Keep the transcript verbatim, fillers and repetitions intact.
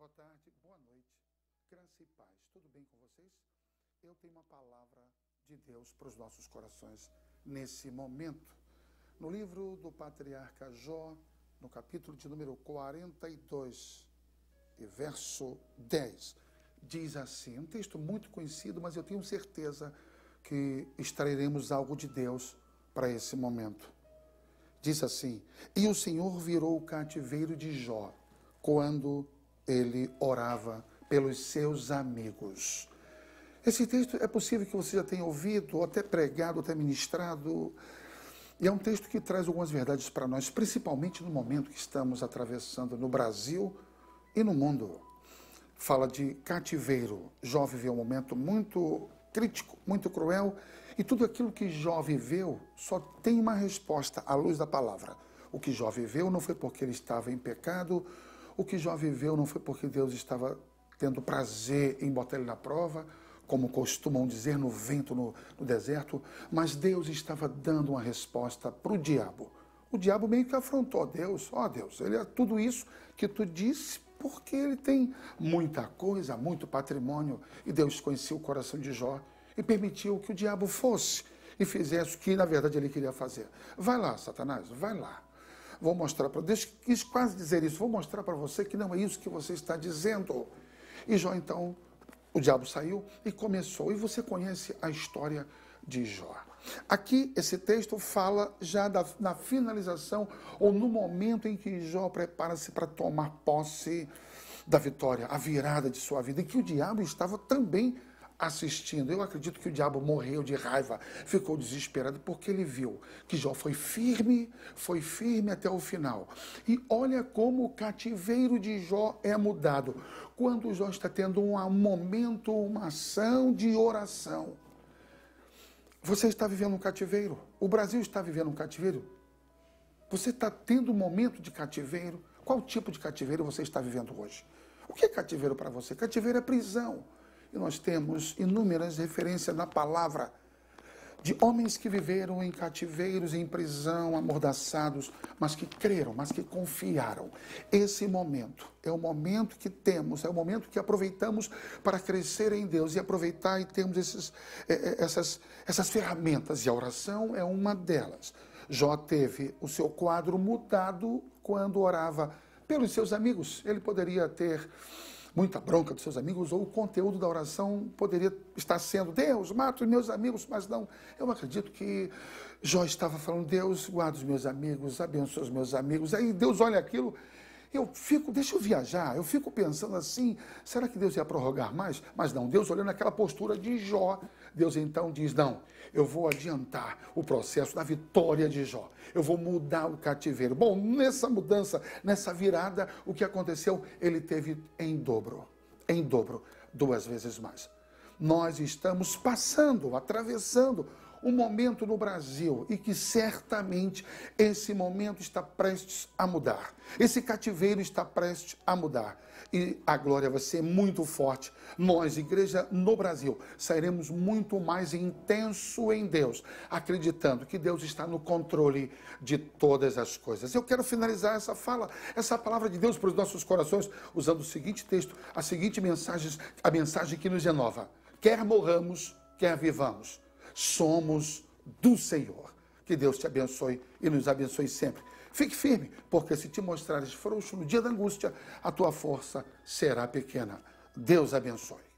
boa tarde, boa noite, graça e paz. Tudo bem com vocês? Eu tenho uma palavra de Deus para os nossos corações nesse momento. No livro do patriarca Jó, no capítulo de número quarenta e dois, e verso dez, diz assim, um texto muito conhecido, mas eu tenho certeza que extrairemos algo de Deus para esse momento. Diz assim, e o Senhor virou o cativeiro de Jó, quando ele orava pelos seus amigos. Esse texto é possível que você já tenha ouvido, ou até pregado, ou até ministrado, e é um texto que traz algumas verdades para nós, principalmente no momento que estamos atravessando no Brasil e no mundo. Fala de cativeiro. Jó viveu um momento muito crítico, muito cruel, e tudo aquilo que Jó viveu só tem uma resposta à luz da palavra. O que Jó viveu não foi porque ele estava em pecado, o que Jó viveu não foi porque Deus estava tendo prazer em botar ele na prova, como costumam dizer, no vento, no, no deserto, mas Deus estava dando uma resposta para o diabo. O diabo meio que afrontou Deus. Ó, oh, Deus, ele é tudo isso que tu disse, porque ele tem muita coisa, muito patrimônio, e Deus conhecia o coração de Jó e permitiu que o diabo fosse e fizesse o que, na verdade, ele queria fazer. Vai lá, Satanás, vai lá. Vou mostrar para Deus, quis quase dizer isso, vou mostrar para você que não é isso que você está dizendo. E Jó, então, o diabo saiu e começou. E você conhece a história de Jó. Aqui, esse texto fala já da, na finalização ou no momento em que Jó prepara-se para tomar posse da vitória, a virada de sua vida, e que o diabo estava também assistindo. Eu acredito que o diabo morreu de raiva, ficou desesperado, porque ele viu que Jó foi firme, foi firme até o final. E olha como o cativeiro de Jó é mudado, quando Jó está tendo um momento, uma ação de oração. Você está vivendo um cativeiro? O Brasil está vivendo um cativeiro? Você está tendo um momento de cativeiro? Qual tipo de cativeiro você está vivendo hoje? O que é cativeiro para você? Cativeiro é prisão. E nós temos inúmeras referências na palavra de homens que viveram em cativeiros, em prisão, amordaçados, mas que creram, mas que confiaram. Esse momento é o momento que temos, é o momento que aproveitamos para crescer em Deus e aproveitar e termos esses, essas, essas ferramentas, e a oração é uma delas. Jó teve o seu quadro mudado quando orava pelos seus amigos. Ele poderia ter muita bronca dos seus amigos, ou o conteúdo da oração poderia estar sendo, Deus, mata os meus amigos, mas não. Eu acredito que Jó estava falando, Deus, guarda os meus amigos, abençoa os meus amigos. Aí Deus olha aquilo, eu fico, deixa eu viajar, eu fico pensando assim, será que Deus ia prorrogar mais? Mas não, Deus olhando aquela postura de Jó, Deus então diz, não, eu vou adiantar o processo da vitória de Jó, eu vou mudar o cativeiro. Bom, nessa mudança, nessa virada, o que aconteceu? Ele teve em dobro, em dobro, duas vezes mais. Nós estamos passando, atravessando um momento no Brasil e que certamente esse momento está prestes a mudar. Esse cativeiro está prestes a mudar. E a glória vai ser muito forte. Nós, igreja no Brasil, sairemos muito mais intenso em Deus, acreditando que Deus está no controle de todas as coisas. Eu quero finalizar essa fala, essa palavra de Deus para os nossos corações, usando o seguinte texto, a seguinte mensagem, a mensagem que nos renova. Quer morramos, quer vivamos, somos do Senhor. Que Deus te abençoe e nos abençoe sempre. Fique firme, porque se te mostrares frouxo no dia da angústia, a tua força será pequena. Deus abençoe.